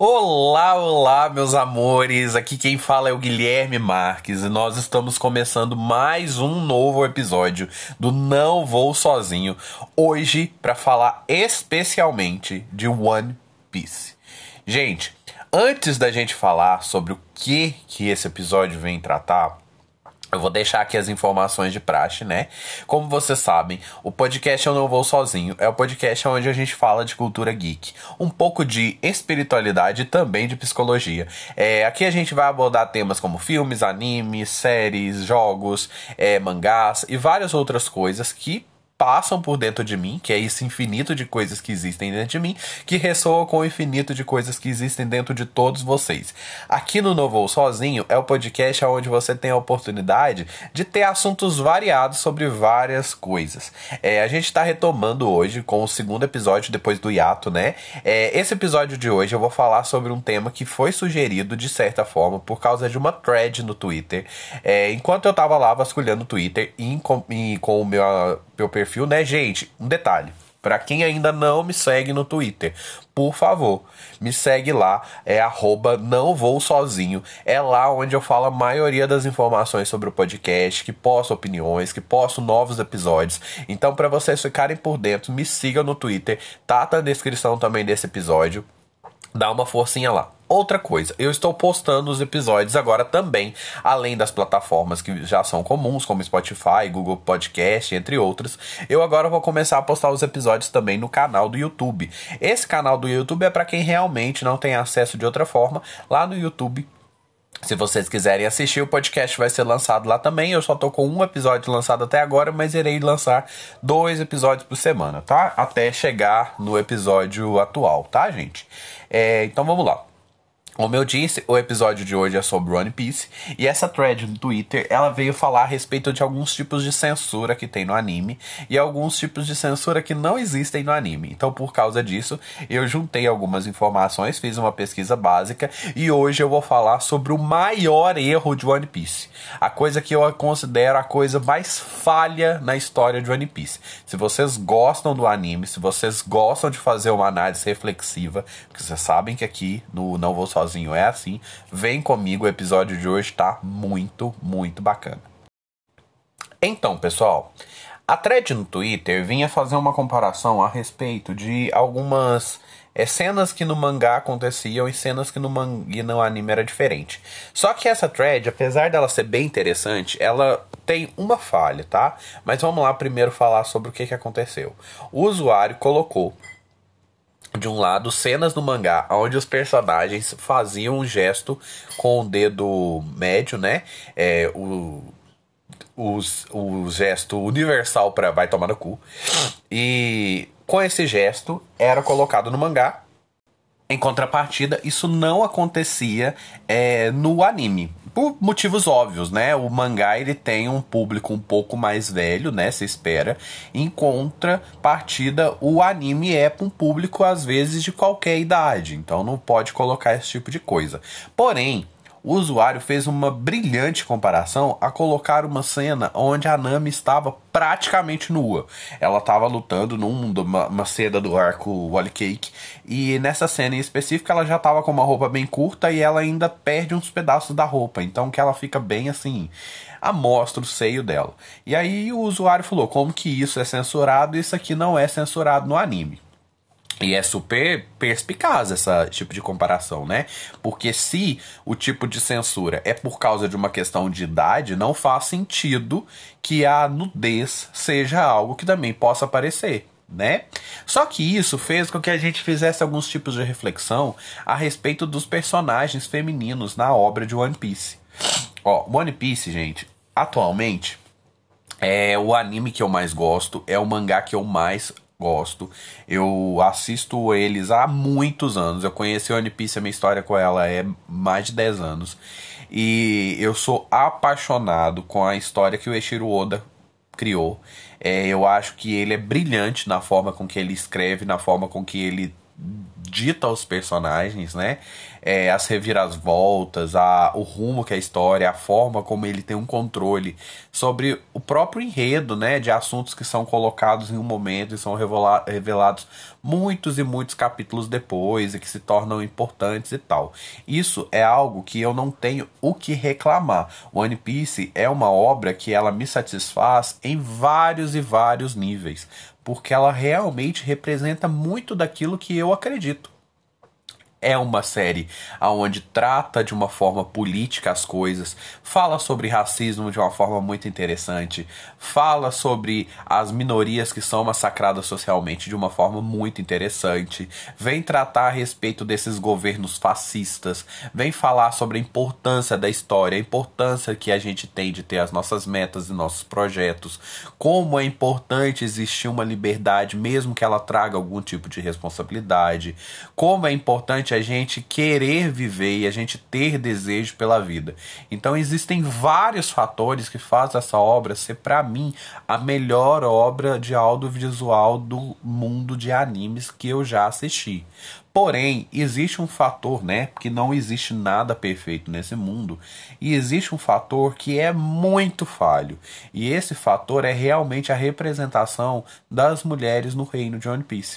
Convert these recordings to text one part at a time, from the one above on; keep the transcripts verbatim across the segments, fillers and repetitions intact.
Olá, olá, meus amores! Aqui quem fala é o Guilherme Marques e nós estamos começando mais um novo episódio do Não Vou Sozinho, hoje para falar especialmente de One Piece. Gente, antes da gente falar sobre o que, que esse episódio vem tratar, eu vou deixar aqui as informações de praxe, né? Como vocês sabem, o podcast Eu Não Vou Sozinho é o podcast onde a gente fala de cultura geek, um pouco de espiritualidade e também de psicologia. É, aqui a gente vai abordar temas como filmes, animes, séries, jogos, é, mangás e várias outras coisas que passam por dentro de mim, que é esse infinito de coisas que existem dentro de mim, que ressoa com o infinito de coisas que existem dentro de todos vocês. Aqui no Não Vou Sozinho é o podcast onde você tem a oportunidade de ter assuntos variados sobre várias coisas. É, a gente está retomando hoje com o segundo episódio depois do hiato, né? É, esse episódio de hoje eu vou falar sobre um tema que foi sugerido, de certa forma, por causa de uma thread no Twitter. É, enquanto eu tava lá vasculhando o Twitter e com, e com o meu... meu perfil, né, gente? Um detalhe, para quem ainda não me segue no Twitter, por favor, me segue lá, é arroba não vou sozinho, é lá onde eu falo a maioria das informações sobre o podcast, que posto opiniões, que posto novos episódios. Então, para vocês ficarem por dentro, me sigam no Twitter, tá na descrição também desse episódio, dá uma forcinha lá. Outra coisa, eu estou postando os episódios agora também, além das plataformas que já são comuns, como Spotify, Google Podcast, entre outras. Eu agora vou começar a postar os episódios também no canal do YouTube. Esse canal do YouTube é para quem realmente não tem acesso de outra forma. Lá no YouTube, se vocês quiserem assistir, o podcast vai ser lançado lá também. Eu só tô com um episódio lançado até agora, mas irei lançar dois episódios por semana, tá? Até chegar no episódio atual, tá, gente? É, então vamos lá. Como eu disse, o episódio de hoje é sobre One Piece, e essa thread no Twitter, ela veio falar a respeito de alguns tipos de censura que tem no anime, e alguns tipos de censura que não existem no anime. Então, por causa disso, eu juntei algumas informações, fiz uma pesquisa básica, e hoje eu vou falar sobre o maior erro de One Piece. A coisa que eu considero a coisa mais falha na história de One Piece. Se vocês gostam do anime, se vocês gostam de fazer uma análise reflexiva, porque vocês sabem que aqui no Não Vou Sozinho é assim, vem comigo, o episódio de hoje tá muito, muito bacana. Então, pessoal, a thread no Twitter vinha fazer uma comparação a respeito de algumas é, cenas que no mangá aconteciam e cenas que no, man... e no anime era diferente. Só que essa thread, apesar dela ser bem interessante, ela tem uma falha, tá? Mas vamos lá primeiro falar sobre o que, que aconteceu. O usuário colocou de um lado cenas no mangá onde os personagens faziam um gesto com o dedo médio, né? É, o, os, o gesto universal para vai tomar no cu. E com esse gesto era colocado no mangá. Em contrapartida, isso não acontecia é, no anime. Por motivos óbvios, né? O mangá ele tem um público um pouco mais velho, né? Se espera. Em contrapartida, o anime é para um público, às vezes, de qualquer idade. Então não pode colocar esse tipo de coisa. Porém, o usuário fez uma brilhante comparação a colocar uma cena onde a Nami estava praticamente nua. Ela estava lutando numa uma cena do arco Whole Cake, e nessa cena em específico ela já estava com uma roupa bem curta e ela ainda perde uns pedaços da roupa, então que ela fica bem assim, à mostra o seio dela. E aí o usuário falou, como que isso é censurado e isso aqui não é censurado no anime? E é super perspicaz esse tipo de comparação, né? Porque se o tipo de censura é por causa de uma questão de idade, não faz sentido que a nudez seja algo que também possa aparecer, né? Só que isso fez com que a gente fizesse alguns tipos de reflexão a respeito dos personagens femininos na obra de One Piece. Ó, One Piece, gente, atualmente é o anime que eu mais gosto, é o mangá que eu mais gosto. Eu assisto eles há muitos anos. Eu conheci One Piece, a minha história com ela é mais de dez anos. E eu sou apaixonado com a história que o Eiichiro Oda criou. É, eu acho que ele é brilhante na forma com que ele escreve, na forma com que ele dita aos personagens, né? É, as reviravoltas, a, o rumo que a história, a forma como ele tem um controle sobre o próprio enredo, né? De assuntos que são colocados em um momento e são revela, revelados muitos e muitos capítulos depois e que se tornam importantes e tal. Isso é algo que eu não tenho o que reclamar. One Piece é uma obra que ela me satisfaz em vários e vários níveis, porque ela realmente representa muito daquilo que eu acredito. É uma série onde trata de uma forma política as coisas, fala sobre racismo de uma forma muito interessante, fala sobre as minorias que são massacradas socialmente de uma forma muito interessante, vem tratar a respeito desses governos fascistas, vem falar sobre a importância da história, a importância que a gente tem de ter as nossas metas e nossos projetos, como é importante existir uma liberdade mesmo que ela traga algum tipo de responsabilidade, como é importante a gente querer viver e a gente ter desejo pela vida. Então existem vários fatores que fazem essa obra ser, para mim, a melhor obra de audiovisual do mundo de animes que eu já assisti. Porém, existe um fator, né, que não existe nada perfeito nesse mundo, e existe um fator que é muito falho. E esse fator é realmente a representação das mulheres no reino de One Piece.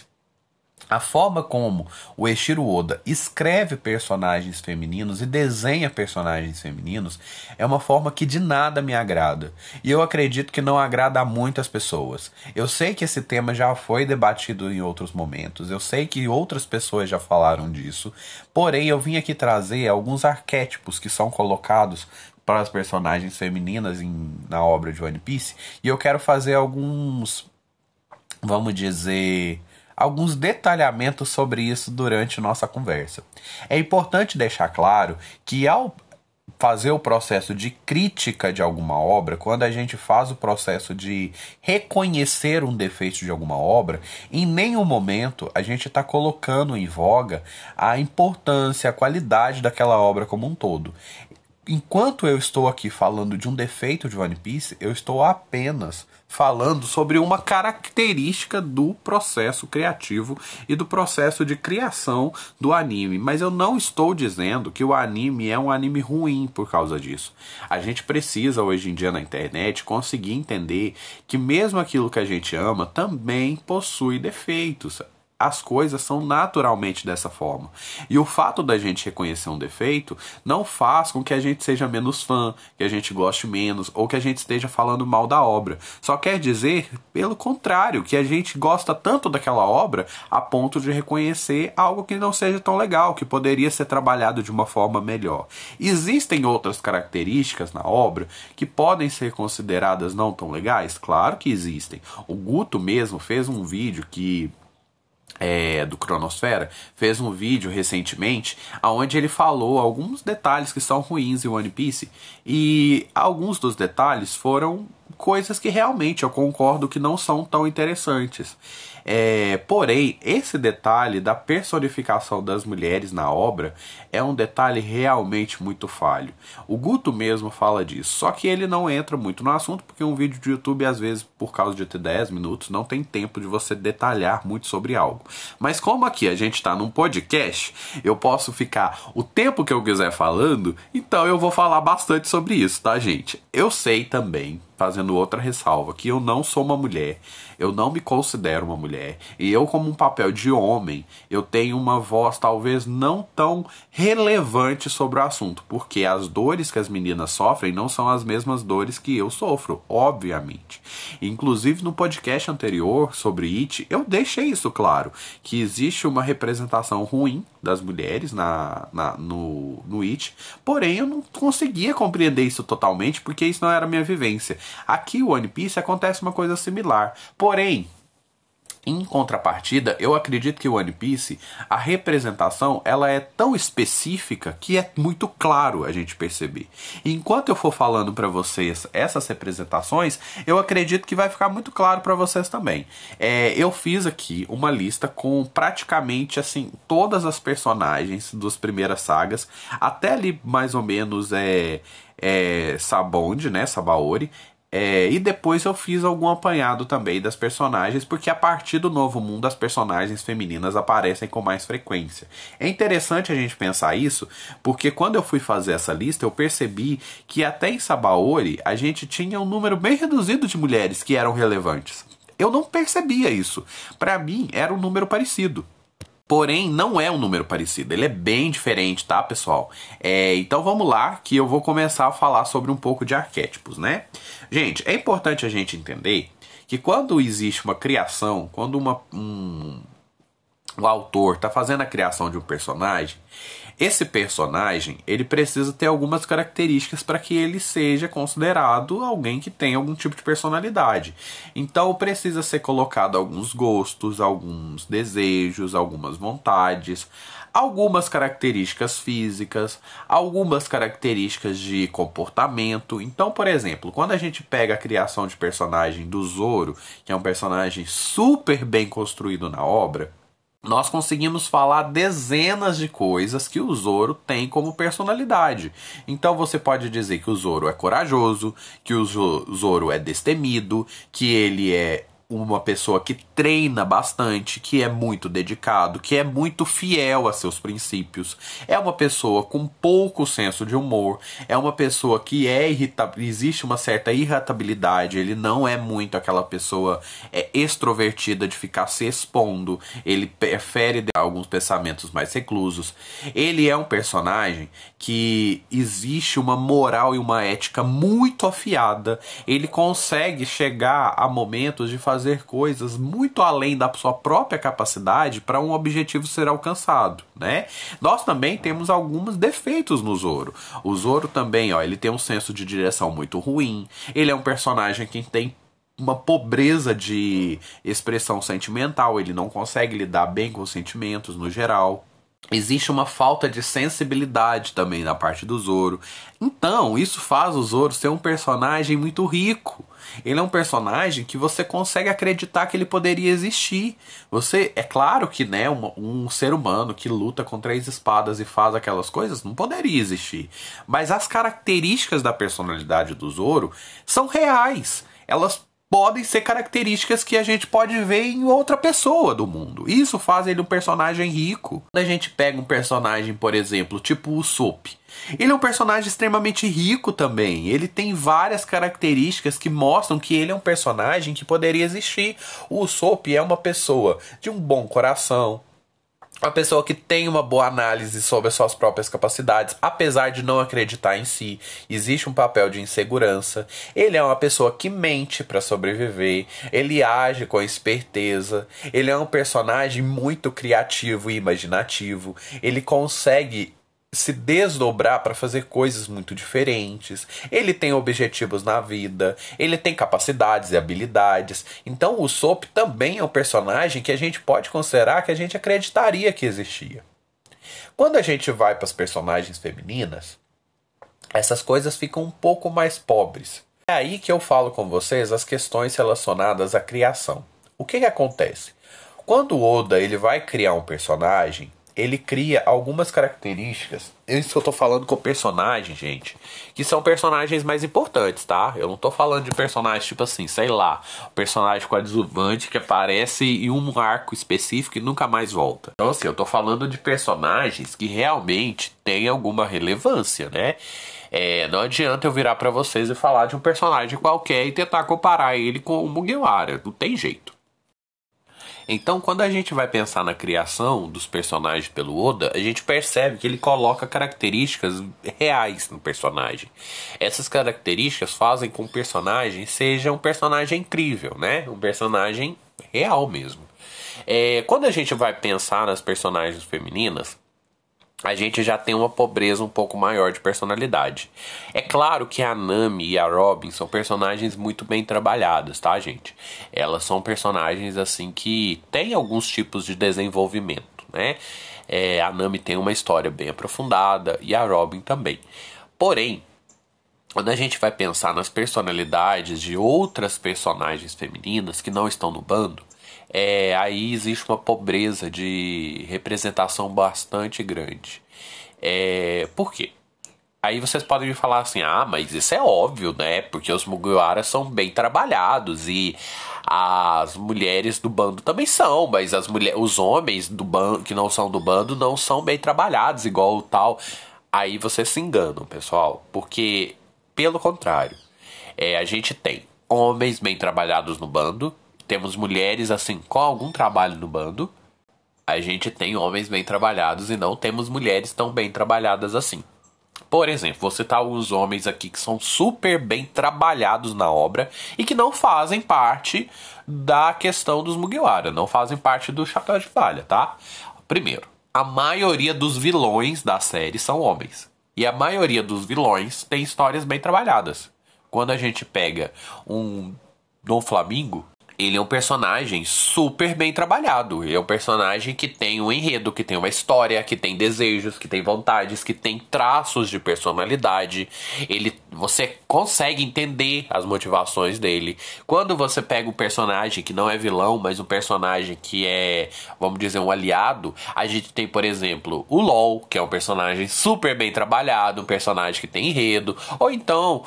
A forma como o Eiichiro Oda escreve personagens femininos e desenha personagens femininos é uma forma que de nada me agrada. E eu acredito que não agrada a muitas pessoas. Eu sei que esse tema já foi debatido em outros momentos. Eu sei que outras pessoas já falaram disso. Porém, eu vim aqui trazer alguns arquétipos que são colocados para as personagens femininas em, na obra de One Piece. E eu quero fazer alguns, vamos dizer, alguns detalhamentos sobre isso durante nossa conversa. É importante deixar claro que ao fazer o processo de crítica de alguma obra, quando a gente faz o processo de reconhecer um defeito de alguma obra, em nenhum momento a gente está colocando em voga a importância, a qualidade daquela obra como um todo. Enquanto eu estou aqui falando de um defeito de One Piece, eu estou apenas falando sobre uma característica do processo criativo e do processo de criação do anime. Mas eu não estou dizendo que o anime é um anime ruim por causa disso. A gente precisa, hoje em dia na internet, conseguir entender que mesmo aquilo que a gente ama também possui defeitos. As coisas são naturalmente dessa forma. E o fato da gente reconhecer um defeito não faz com que a gente seja menos fã, que a gente goste menos, ou que a gente esteja falando mal da obra. Só quer dizer, pelo contrário, que a gente gosta tanto daquela obra a ponto de reconhecer algo que não seja tão legal, que poderia ser trabalhado de uma forma melhor. Existem outras características na obra que podem ser consideradas não tão legais? Claro que existem. O Guto mesmo fez um vídeo que É, do Cronosfera, fez um vídeo recentemente onde ele falou alguns detalhes que são ruins em One Piece, e alguns dos detalhes foram coisas que realmente eu concordo que não são tão interessantes. É, porém, esse detalhe da personificação das mulheres na obra é um detalhe realmente muito falho. O Guto mesmo fala disso, só que ele não entra muito no assunto, porque um vídeo de YouTube, às vezes, por causa de ter dez minutos, não tem tempo de você detalhar muito sobre algo. Mas como aqui a gente está num podcast, eu posso ficar o tempo que eu quiser falando, então eu vou falar bastante sobre isso, tá, gente? Eu sei também, fazendo outra ressalva, que eu não sou uma mulher, eu não me considero uma mulher, e eu, como um papel de homem, eu tenho uma voz talvez não tão relevante sobre o assunto, porque as dores que as meninas sofrem não são as mesmas dores que eu sofro, obviamente. Inclusive no podcast anterior sobre It, eu deixei isso claro, que existe uma representação ruim das mulheres na, na, no, no It, porém eu não conseguia compreender isso totalmente, porque isso não era a minha vivência. Aqui o One Piece acontece uma coisa similar, porém, em contrapartida, eu acredito que o One Piece, a representação, ela é tão específica que é muito claro a gente perceber. E enquanto eu for falando para vocês essas representações, eu acredito que vai ficar muito claro para vocês também. É, eu fiz aqui uma lista com praticamente assim todas as personagens das primeiras sagas, até ali mais ou menos é, é Sabonde, né, Sabaori. É, e depois eu fiz algum apanhado também das personagens, porque a partir do Novo Mundo as personagens femininas aparecem com mais frequência. É interessante a gente pensar isso, porque quando eu fui fazer essa lista eu percebi que até em Sabaody a gente tinha um número bem reduzido de mulheres que eram relevantes. Eu não percebia isso. Para mim era um número parecido. Porém, não é um número parecido, ele é bem diferente, tá, pessoal? É, então vamos lá, que eu vou começar a falar sobre um pouco de arquétipos, né? Gente, é importante a gente entender que quando existe uma criação, quando uma, um, o autor está fazendo a criação de um personagem, esse personagem ele precisa ter algumas características para que ele seja considerado alguém que tem algum tipo de personalidade. Então precisa ser colocado alguns gostos, alguns desejos, algumas vontades, algumas características físicas, algumas características de comportamento. Então, por exemplo, quando a gente pega a criação de personagem do Zoro, que é um personagem super bem construído na obra, nós conseguimos falar dezenas de coisas que o Zoro tem como personalidade. Então você pode dizer que o Zoro é corajoso, que o Zoro é destemido, que ele é uma pessoa que treina bastante, que é muito dedicado, que é muito fiel a seus princípios, é uma pessoa com pouco senso de humor, é uma pessoa que é irritável, existe uma certa irritabilidade, ele não é muito aquela pessoa é, extrovertida de ficar se expondo, ele prefere ter alguns pensamentos mais reclusos. Ele é um personagem que existe uma moral e uma ética muito afiada, ele consegue chegar a momentos de fazer fazer coisas muito além da sua própria capacidade para um objetivo ser alcançado, né? Nós também temos alguns defeitos no Zoro. O Zoro também, ó, ele tem um senso de direção muito ruim, ele é um personagem que tem uma pobreza de expressão sentimental, ele não consegue lidar bem com os sentimentos no geral. Existe uma falta de sensibilidade também na parte do Zoro. Então, isso faz o Zoro ser um personagem muito rico. Ele é um personagem que você consegue acreditar que ele poderia existir. Você, é claro que, né, um, um ser humano que luta com três espadas e faz aquelas coisas não poderia existir. Mas as características da personalidade do Zoro são reais. Elas podem ser características que a gente pode ver em outra pessoa do mundo. Isso faz ele um personagem rico. Quando a gente pega um personagem, por exemplo, tipo o Usopp, ele é um personagem extremamente rico também. Ele tem várias características que mostram que ele é um personagem que poderia existir. O Usopp é uma pessoa de um bom coração, uma pessoa que tem uma boa análise sobre as suas próprias capacidades, apesar de não acreditar em si. Existe um papel de insegurança. Ele é uma pessoa que mente para sobreviver. Ele age com esperteza. Ele é um personagem muito criativo e imaginativo. Ele consegue se desdobrar para fazer coisas muito diferentes. Ele tem objetivos na vida, ele tem capacidades e habilidades. Então o Usopp também é um personagem que a gente pode considerar que a gente acreditaria que existia. Quando a gente vai para as personagens femininas, essas coisas ficam um pouco mais pobres. É aí que eu falo com vocês as questões relacionadas à criação. O que que acontece? Quando o Oda ele vai criar um personagem, ele cria algumas características. Isso que eu tô falando com personagens, gente, que são personagens mais importantes, tá? Eu não tô falando de personagens tipo assim, sei lá, personagem coadjuvante que aparece em um arco específico e nunca mais volta. Então assim, eu tô falando de personagens que realmente têm alguma relevância, né? É, não adianta eu virar pra vocês e falar de um personagem qualquer e tentar comparar ele com o Mugiwara. Não tem jeito. Então, quando a gente vai pensar na criação dos personagens pelo Oda, a gente percebe que ele coloca características reais no personagem. Essas características fazem com que o personagem seja um personagem incrível, né? Um personagem real mesmo. É, quando a gente vai pensar nas personagens femininas, a gente já tem uma pobreza um pouco maior de personalidade. É claro que a Nami e a Robin são personagens muito bem trabalhadas, tá, gente? Elas são personagens, assim, que têm alguns tipos de desenvolvimento, né? É, a Nami tem uma história bem aprofundada e a Robin também. Porém, quando a gente vai pensar nas personalidades de outras personagens femininas que não estão no bando, É, aí existe uma pobreza de representação bastante grande. É, por quê? Aí vocês podem me falar assim, ah, mas isso é óbvio, né? Porque os Mugiwaras são bem trabalhados e as mulheres do bando também são, mas as mulheres, os homens do bando que não são do bando não são bem trabalhados, igual o tal. Aí vocês se enganam, pessoal, porque, pelo contrário, é, a gente tem homens bem trabalhados no bando, temos mulheres, assim, com algum trabalho no bando, a gente tem homens bem trabalhados e não temos mulheres tão bem trabalhadas assim. Por exemplo, vou citar alguns homens aqui que são super bem trabalhados na obra e que não fazem parte da questão dos Mugiwara, não fazem parte do Chapéu de Palha, tá? Primeiro, a maioria dos vilões da série são homens. E a maioria dos vilões tem histórias bem trabalhadas. Quando a gente pega um Dom Flamingo, ele é um personagem super bem trabalhado. Ele é um personagem que tem um enredo, que tem uma história, que tem desejos, que tem vontades, que tem traços de personalidade. Ele, você consegue entender as motivações dele. Quando você pega um personagem que não é vilão, mas um personagem que é, vamos dizer, um aliado, a gente tem, por exemplo, o LOL, que é um personagem super bem trabalhado, um personagem que tem enredo. Ou então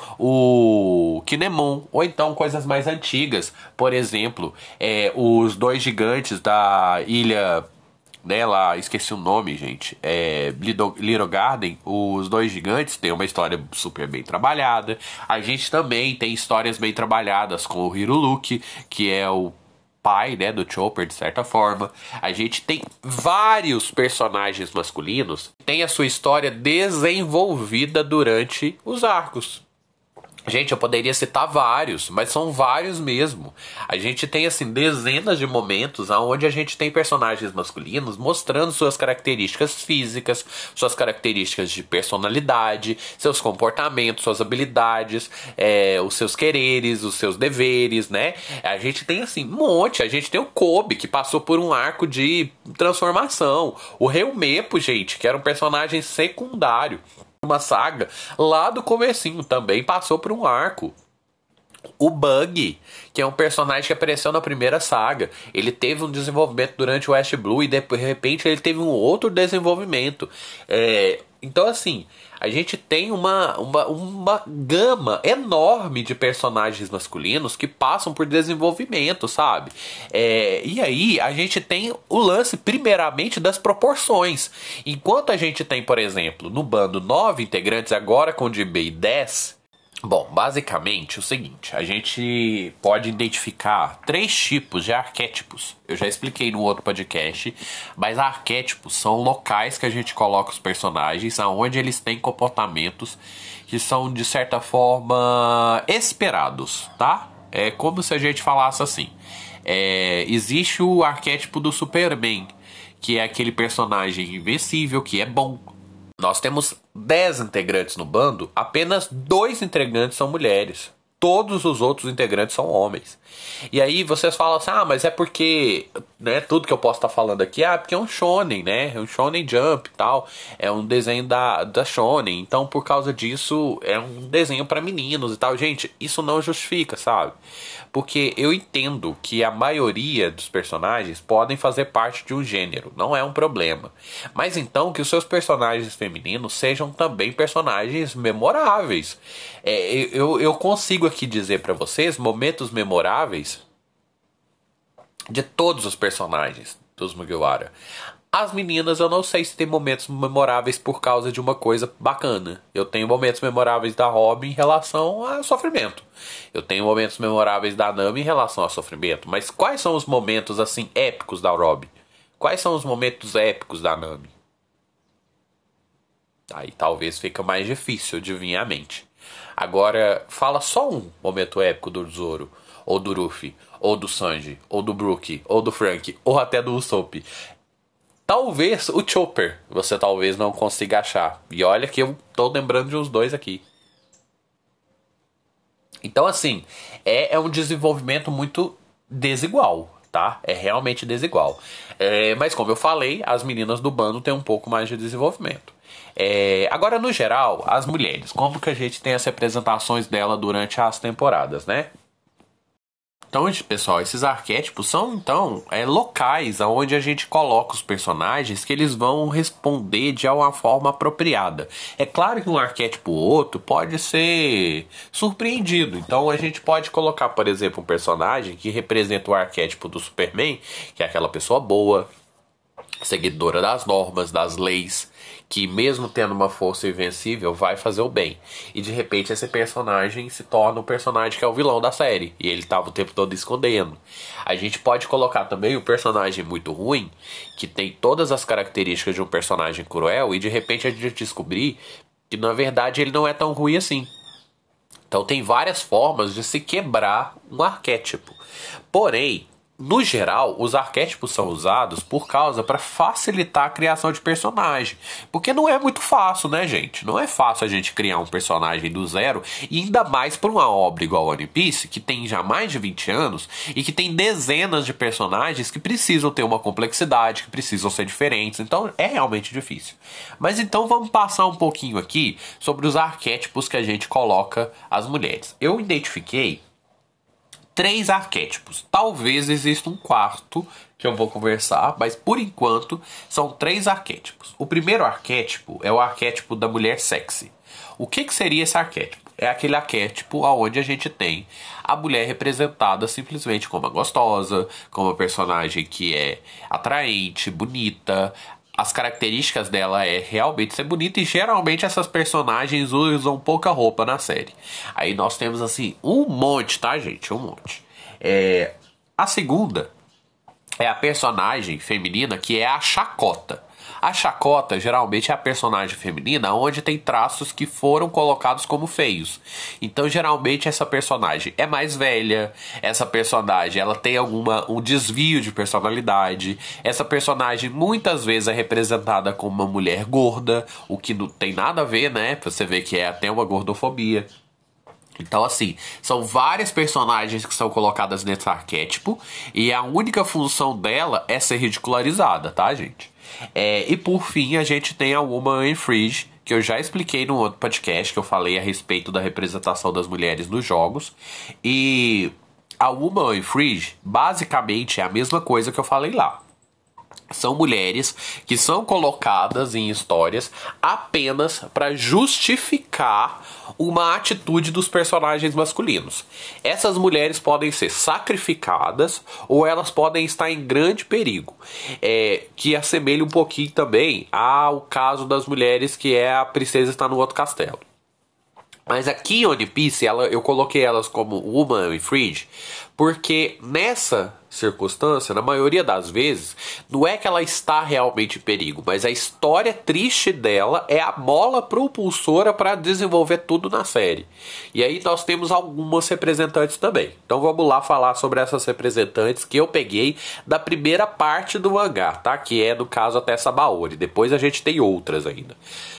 o Kinemon, ou então coisas mais antigas, por exemplo, exemplo, é, os dois gigantes da ilha, né, lá, esqueci o nome, gente, é, Little, Little Garden, os dois gigantes têm uma história super bem trabalhada. A gente também tem histórias bem trabalhadas com o Hiruluki, que é o pai, né, do Chopper, de certa forma. A gente tem vários personagens masculinos que têm a sua história desenvolvida durante os arcos. Gente, eu poderia citar vários, mas são vários mesmo. A gente tem, assim, dezenas de momentos onde a gente tem personagens masculinos mostrando suas características físicas, suas características de personalidade, seus comportamentos, suas habilidades, é, os seus quereres, os seus deveres, né? A gente tem, assim, um monte. A gente tem o Kobe, que passou por um arco de transformação. O Reumepo, gente, que era um personagem secundário. Uma saga lá do comecinho também passou por um arco. O Bug, que é um personagem que apareceu na primeira saga, ele teve um desenvolvimento durante o West Blue e de repente ele teve um outro desenvolvimento. É, então assim, a gente tem uma, uma, uma gama enorme de personagens masculinos que passam por desenvolvimento, sabe? É, e aí a gente tem o lance primeiramente das proporções. Enquanto a gente tem, por exemplo, no bando nove integrantes, agora com o Jinbei dez... Bom, basicamente o seguinte, a gente pode identificar três tipos de arquétipos. Eu já expliquei no outro podcast, mas arquétipos são locais que a gente coloca os personagens, aonde eles têm comportamentos que são, de certa forma, esperados, tá? É como se a gente falasse assim, é, existe o arquétipo do Superman, que é aquele personagem invencível, que é bom. Nós temos dez integrantes no bando, apenas dois integrantes são mulheres. Todos os outros integrantes são homens. E aí vocês falam assim, ah, mas é porque, né, tudo que eu posso estar falando aqui, ah, porque é um shonen, né, é um shonen jump e tal, é um desenho da, da shonen, então por causa disso é um desenho para meninos e tal. Gente, isso não justifica, sabe? Porque eu entendo que a maioria dos personagens podem fazer parte de um gênero, não é um problema. Mas então que os seus personagens femininos sejam também personagens memoráveis. É, eu, eu consigo aqui dizer para vocês momentos memoráveis de todos os personagens dos Mugiwara. As meninas, eu não sei se tem momentos memoráveis por causa de uma coisa bacana. Eu tenho momentos memoráveis da Robin em relação a sofrimento. Eu tenho momentos memoráveis da Nami em relação a sofrimento. Mas quais são os momentos, assim, épicos da Robin? Quais são os momentos épicos da Nami? Aí talvez fica mais difícil de vir à mente. Agora, fala só um momento épico do Zoro, ou do Ruffy, ou do Sanji, ou do Brook, ou do Frank, ou até do Usopp. Talvez o Chopper você talvez não consiga achar. E olha que eu tô lembrando de uns dois aqui. Então assim, é, é um desenvolvimento muito desigual, tá? É realmente desigual. É, mas como eu falei, as meninas do bando têm um pouco mais de desenvolvimento. É, agora, no geral, as mulheres, como que a gente tem as representações dela durante as temporadas, né? Então, pessoal, esses arquétipos são, então, é, locais onde a gente coloca os personagens que eles vão responder de uma forma apropriada. É claro que um arquétipo ou outro pode ser surpreendido. Então, a gente pode colocar, por exemplo, um personagem que representa o arquétipo do Superman, que é aquela pessoa boa, seguidora das normas, das leis, que mesmo tendo uma força invencível vai fazer o bem. E de repente esse personagem se torna o personagem que é o vilão da série, e ele estava o tempo todo escondendo. A gente pode colocar também o personagem muito ruim, que tem todas as características de um personagem cruel, e de repente a gente descobrir que na verdade ele não é tão ruim assim. Então tem várias formas de se quebrar um arquétipo. Porém, no geral, os arquétipos são usados por causa para facilitar a criação de personagem. Porque não é muito fácil, né, gente? Não é fácil a gente criar um personagem do zero, e ainda mais por uma obra igual One Piece, que tem já mais de vinte anos e que tem dezenas de personagens que precisam ter uma complexidade, que precisam ser diferentes. Então é realmente difícil. Mas então vamos passar um pouquinho aqui sobre os arquétipos que a gente coloca às mulheres. Eu identifiquei três arquétipos. Talvez exista um quarto que eu vou conversar, mas por enquanto são três arquétipos. O primeiro arquétipo é o arquétipo da mulher sexy. O que, que seria esse arquétipo? É aquele arquétipo onde a gente tem a mulher representada simplesmente como uma gostosa, como uma personagem que é atraente, bonita. As características dela é realmente ser bonita, e geralmente essas personagens usam pouca roupa na série. Aí nós temos assim um monte, tá, gente? Um monte. É... A segunda é a personagem feminina, que é a chacota. A chacota geralmente é a personagem feminina onde tem traços que foram colocados como feios. Então geralmente essa personagem é mais velha, essa personagem ela tem alguma, um desvio de personalidade, essa personagem muitas vezes é representada como uma mulher gorda, o que não tem nada a ver, né? Você vê que é até uma gordofobia. Então, assim, são várias personagens que são colocadas nesse arquétipo, e a única função dela é ser ridicularizada, tá, gente? É, e por fim, a gente tem a Woman in Fridge, que eu já expliquei no outro podcast, que eu falei a respeito da representação das mulheres nos jogos. E a Woman in Fridge, basicamente, é a mesma coisa que eu falei lá. São mulheres que são colocadas em histórias apenas para justificar uma atitude dos personagens masculinos. Essas mulheres podem ser sacrificadas ou elas podem estar em grande perigo. É, que assemelha um pouquinho também ao caso das mulheres que é a princesa está no outro castelo. Mas aqui em One Piece, ela, eu coloquei elas como Woman in Fridge, porque nessa circunstância, na maioria das vezes, não é que ela está realmente em perigo, mas a história triste dela é a mola propulsora para desenvolver tudo na série. E aí nós temos algumas representantes também. Então vamos lá falar sobre essas representantes que eu peguei da primeira parte do mangá, tá? Que é, no caso, até Sabaody. Depois a gente tem outras ainda.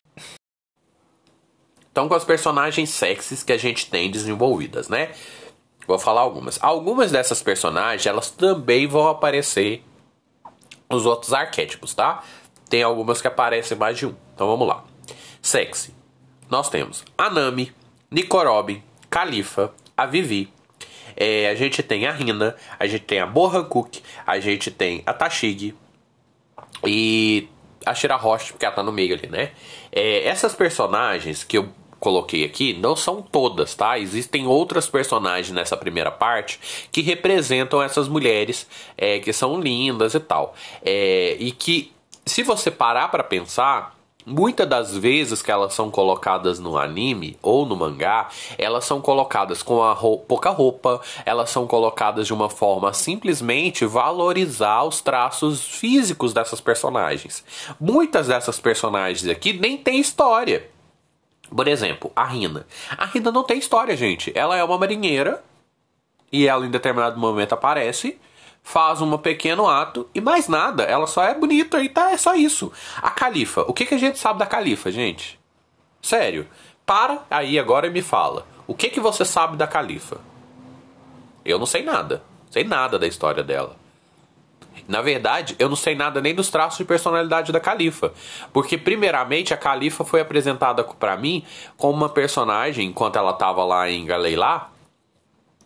Então, com as personagens sexys que a gente tem desenvolvidas, né? Vou falar algumas. Algumas dessas personagens, elas também vão aparecer nos outros arquétipos, tá? Tem algumas que aparecem mais de um. Então, vamos lá. Sexy. Nós temos a Nami, Nico Robin, Califa, a Vivi. É, a gente tem a Hina, a gente tem a Bohankook, a gente tem a Tashigi e a Shirahoshi, porque ela tá no meio ali, né? É, essas personagens que eu coloquei aqui não são todas, tá? Existem outras personagens nessa primeira parte que representam essas mulheres é, que são lindas e tal. É, e que, se você parar pra pensar, muitas das vezes que elas são colocadas no anime ou no mangá, elas são colocadas com a roupa, pouca roupa, elas são colocadas de uma forma a simplesmente valorizar os traços físicos dessas personagens. Muitas dessas personagens aqui nem tem história. Por exemplo, a Hina. A Hina não tem história, gente. Ela é uma marinheira e ela em determinado momento aparece, faz um pequeno ato e mais nada. Ela só é bonita e tá, é só isso. A Califa. O que, que a gente sabe da Califa, gente? Sério. Para aí agora e me fala. O que, que você sabe da Califa? Eu não sei nada. Sei nada da história dela. Na verdade, eu não sei nada nem dos traços de personalidade da Califa. Porque, primeiramente, a Califa foi apresentada pra mim como uma personagem, enquanto ela tava lá em Galeilá,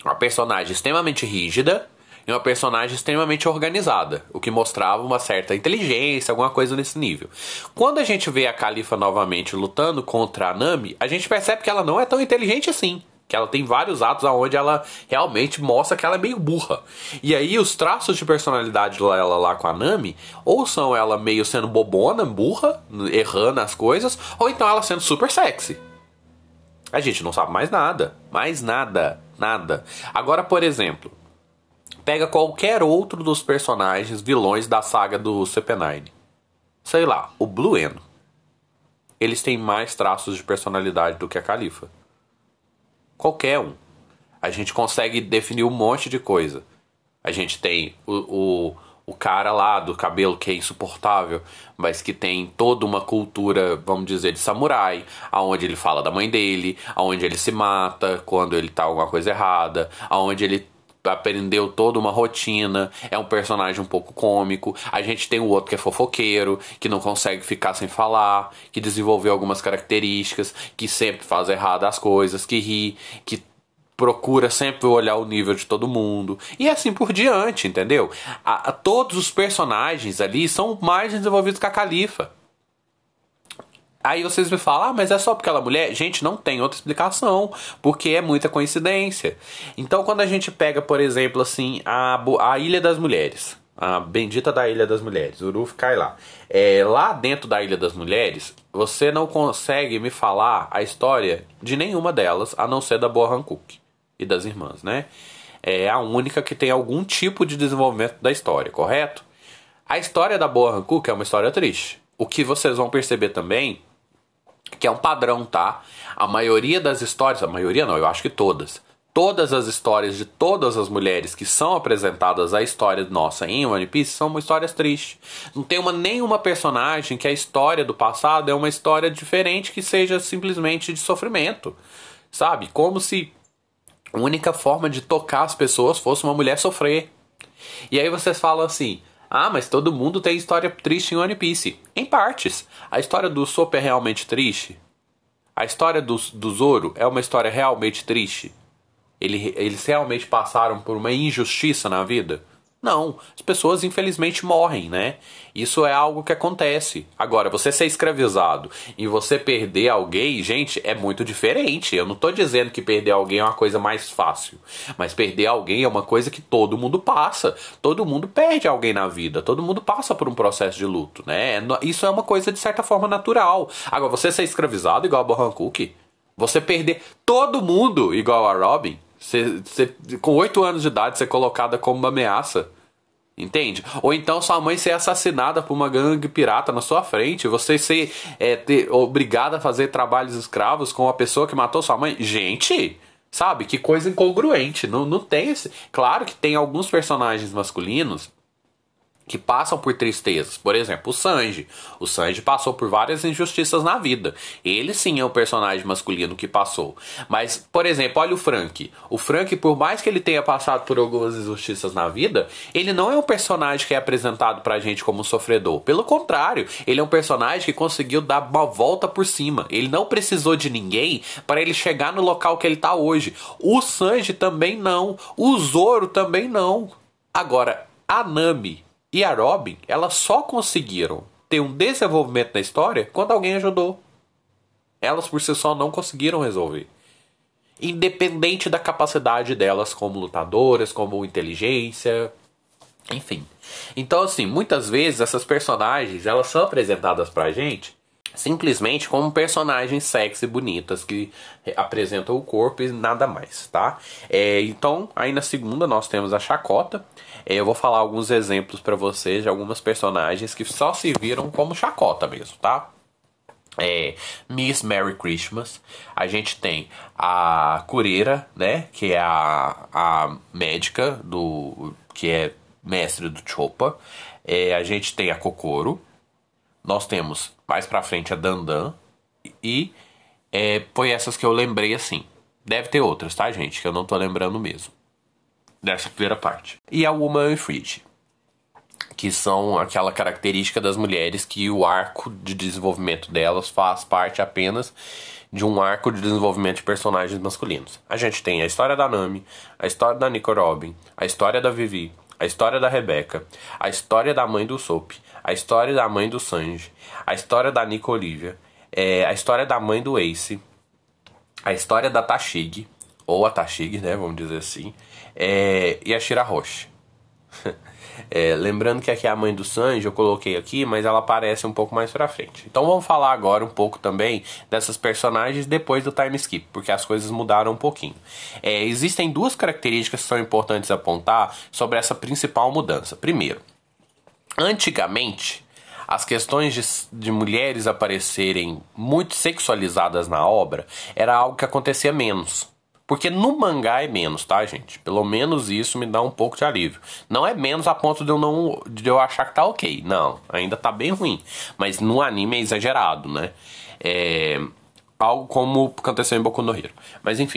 uma personagem extremamente rígida e uma personagem extremamente organizada, o que mostrava uma certa inteligência, alguma coisa nesse nível. Quando a gente vê a Califa novamente lutando contra a Nami, a gente percebe que ela não é tão inteligente assim. Que ela tem vários atos onde ela realmente mostra que ela é meio burra. E aí os traços de personalidade dela lá com a Nami, ou são ela meio sendo bobona, burra, errando as coisas, ou então ela sendo super sexy. A gente não sabe mais nada. Mais nada. Nada. Agora, por exemplo, pega qualquer outro dos personagens vilões da saga do C P nove. Sei lá, o Blue Endo. Eles têm mais traços de personalidade do que a Califa. Qualquer um. A gente consegue definir um monte de coisa. A gente tem o, o, o cara lá do cabelo que é insuportável, mas que tem toda uma cultura, vamos dizer, de samurai, aonde ele fala da mãe dele, aonde ele se mata quando ele tá alguma coisa errada, aonde ele aprendeu toda uma rotina, é um personagem um pouco cômico. A gente tem o outro que é fofoqueiro, que não consegue ficar sem falar, que desenvolveu algumas características, que sempre faz errado as coisas, que ri, que procura sempre olhar o nível de todo mundo, e assim por diante, entendeu? A, a, todos os personagens ali são mais desenvolvidos que a Califa. Aí vocês me falam, ah, mas é só porque ela é mulher? Gente, não tem outra explicação, porque é muita coincidência. Então, quando a gente pega, por exemplo, assim, a, a Ilha das Mulheres, a bendita da Ilha das Mulheres, o Ruffy cai lá. É, lá dentro da Ilha das Mulheres, você não consegue me falar a história de nenhuma delas, a não ser da Boa Hancock e das irmãs, né? É a única que tem algum tipo de desenvolvimento da história, correto? A história da Boa Hancock é uma história triste. O que vocês vão perceber também que é um padrão, tá? A maioria das histórias, a maioria não, eu acho que todas, todas as histórias de todas as mulheres que são apresentadas à história nossa em One Piece são histórias tristes. Não tem uma, nenhuma personagem que a história do passado é uma história diferente que seja simplesmente de sofrimento, sabe? Como se a única forma de tocar as pessoas fosse uma mulher sofrer. E aí vocês falam assim, ah, mas todo mundo tem história triste em One Piece. Em partes. A história do Usopp é realmente triste? A história do, do Zoro é uma história realmente triste? Ele, eles realmente passaram por uma injustiça na vida? Não. As pessoas infelizmente morrem, né? Isso é algo que acontece. Agora, você ser escravizado e você perder alguém, gente, é muito diferente. Eu não tô dizendo que perder alguém é uma coisa mais fácil. Mas perder alguém é uma coisa que todo mundo passa. Todo mundo perde alguém na vida. Todo mundo passa por um processo de luto, né? Isso é uma coisa de certa forma natural. Agora, você ser escravizado igual a Boa Hancock, você perder todo mundo igual a Robin, Você, você, com oito anos de idade, ser colocada como uma ameaça. Entende? Ou então sua mãe ser assassinada por uma gangue pirata na sua frente. Você ser é, ter, obrigada a fazer trabalhos escravos com a pessoa que matou sua mãe. Gente, sabe? Que coisa incongruente. Não, não tem esse... Claro que tem alguns personagens masculinos que passam por tristezas. Por exemplo, o Sanji. O Sanji passou por várias injustiças na vida. Ele sim é um personagem masculino que passou. Mas, por exemplo, olha o Frank. O Frank, por mais que ele tenha passado por algumas injustiças na vida, ele não é um personagem que é apresentado pra gente como um sofredor. Pelo contrário, ele é um personagem que conseguiu dar uma volta por cima. Ele não precisou de ninguém para ele chegar no local que ele tá hoje. O Sanji também não. O Zoro também não. Agora, a Nami e a Robin, elas só conseguiram ter um desenvolvimento na história quando alguém ajudou. Elas por si só não conseguiram resolver. Independente da capacidade delas como lutadoras, como inteligência, enfim. Então assim, muitas vezes essas personagens, elas são apresentadas pra gente simplesmente como personagens sexy, bonitas, que apresentam o corpo e nada mais, tá? É, então, aí na segunda nós temos a chacota. É, eu vou falar alguns exemplos pra vocês de algumas personagens que só se viram como chacota mesmo, tá? É, Miss Merry Christmas. A gente tem a Cureira, né? Que é a, a médica do... que é mestre do Chopper. É, a gente tem a Kokoro. Nós temos mais pra frente a Dandan. E é, foi essas que eu lembrei assim. Deve ter outras, tá, gente? Que eu não tô lembrando mesmo. Dessa primeira parte. E a Woman Freed. que são aquela característica das mulheres que o arco de desenvolvimento delas faz parte apenas de um arco de desenvolvimento de personagens masculinos. A gente tem a história da Nami, a história da Nico Robin, a história da Vivi, a história da Rebecca, a história da mãe do Soap, a história da mãe do Sanji, a história da Nico Olivia, é, a história da mãe do Ace, a história da Tashigi, ou a Tashigi, né, vamos dizer assim, é, e a Shirahoshi. É, lembrando que aqui é a mãe do Sanji, eu coloquei aqui, mas ela aparece um pouco mais pra frente. Então vamos falar agora um pouco também dessas personagens depois do time skip, porque as coisas mudaram um pouquinho. É, existem duas características que são importantes apontar sobre essa principal mudança. Primeiro, antigamente, as questões de, de mulheres aparecerem muito sexualizadas na obra era algo que acontecia menos. Porque no mangá é menos, tá, gente? Pelo menos isso me dá um pouco de alívio. Não é menos a ponto de eu, não, de eu achar que tá ok. Não, ainda tá bem ruim. Mas no anime é exagerado, né? É algo como aconteceu em Boku no Hero. Mas enfim.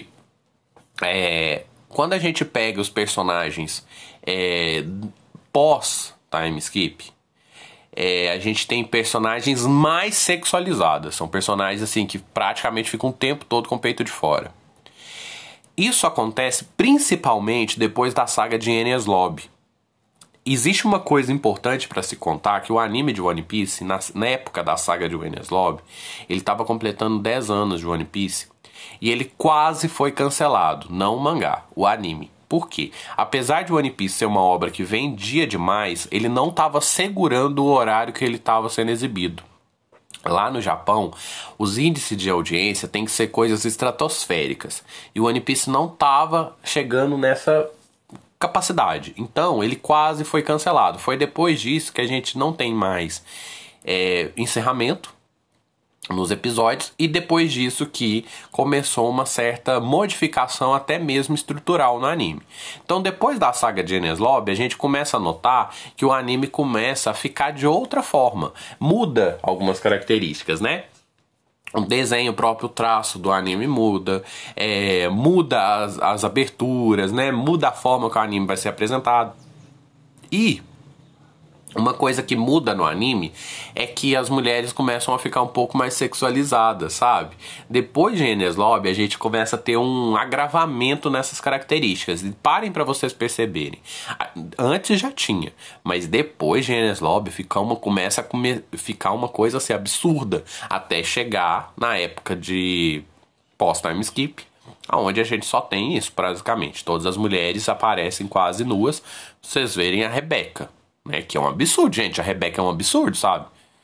É, quando a gente pega os personagens é, pós time skip, é, a gente tem personagens mais sexualizadas. São personagens assim que praticamente ficam o tempo todo com o peito de fora. Isso acontece principalmente depois da saga de Enies Lobby. Existe uma coisa importante para se contar, que o anime de One Piece, na, na época da saga de Enies Lobby, ele estava completando dez anos de One Piece, e ele quase foi cancelado, não o mangá, o anime. Por quê? Apesar de One Piece ser uma obra que vendia demais, ele não estava segurando o horário que ele estava sendo exibido. Lá no Japão, os índices de audiência tem que ser coisas estratosféricas. E o One Piece não estava chegando nessa capacidade. Então, ele quase foi cancelado. Foi depois disso que a gente não tem mais é, encerramento nos episódios. E depois disso que começou uma certa modificação até mesmo estrutural no anime. Então depois da saga de Enies Lobby, a gente começa a notar que o anime começa a ficar de outra forma. Muda algumas características, né? O desenho, o próprio traço do anime muda, é, muda as, as aberturas, né? Muda a forma que o anime vai ser apresentado. E uma coisa que muda no anime é que as mulheres começam a ficar um pouco mais sexualizadas, sabe? Depois de Enies Lobby, a gente começa a ter um agravamento nessas características. E parem pra vocês perceberem. Antes já tinha, mas depois de Enies Lobby fica uma, começa a come, ficar uma coisa assim absurda. Até chegar na época de pós-time skip, onde a gente só tem isso, basicamente. Todas as mulheres aparecem quase nuas. Vocês verem a Rebecca. É que é um absurdo, gente. A Rebecca é um absurdo, sabe?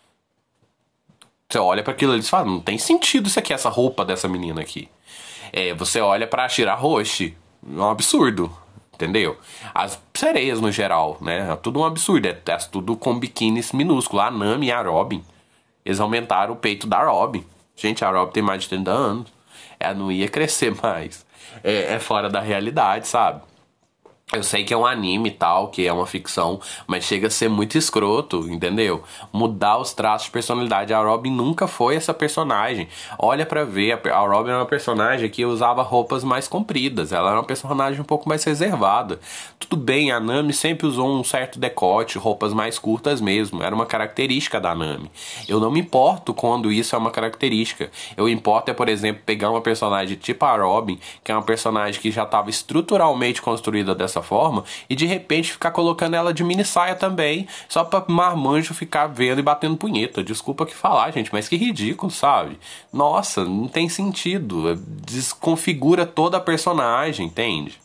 Você olha para aquilo e eles falam, não tem sentido isso aqui, essa roupa dessa menina aqui. É, você olha pra Shirahoshi, é um absurdo, entendeu? As sereias no geral, né? É tudo um absurdo. É, é tudo com biquínis minúsculos. A Nami e a Robin, eles aumentaram o peito da Robin. Gente, a Robin tem mais de trinta anos. Ela não ia crescer mais. É, é fora da realidade, sabe? Eu sei que é um anime e tal, que é uma ficção, mas chega a ser muito escroto, entendeu? Mudar os traços de personalidade. A Robin nunca foi essa personagem. Olha pra ver, a Robin era uma personagem que usava roupas mais compridas. Ela era uma personagem um pouco mais reservada. Tudo bem, a Nami sempre usou um certo decote, roupas mais curtas mesmo. Era uma característica da Nami. Eu não me importo quando isso é uma característica. Eu importo é, por exemplo, pegar uma personagem tipo a Robin, que é uma personagem que já estava estruturalmente construída dessa forma, e de repente ficar colocando ela de mini saia também, só pra marmanjo ficar vendo e batendo punheta. Desculpa que falar, gente, mas que ridículo, sabe? Nossa, não tem sentido. Desconfigura toda a personagem, entende?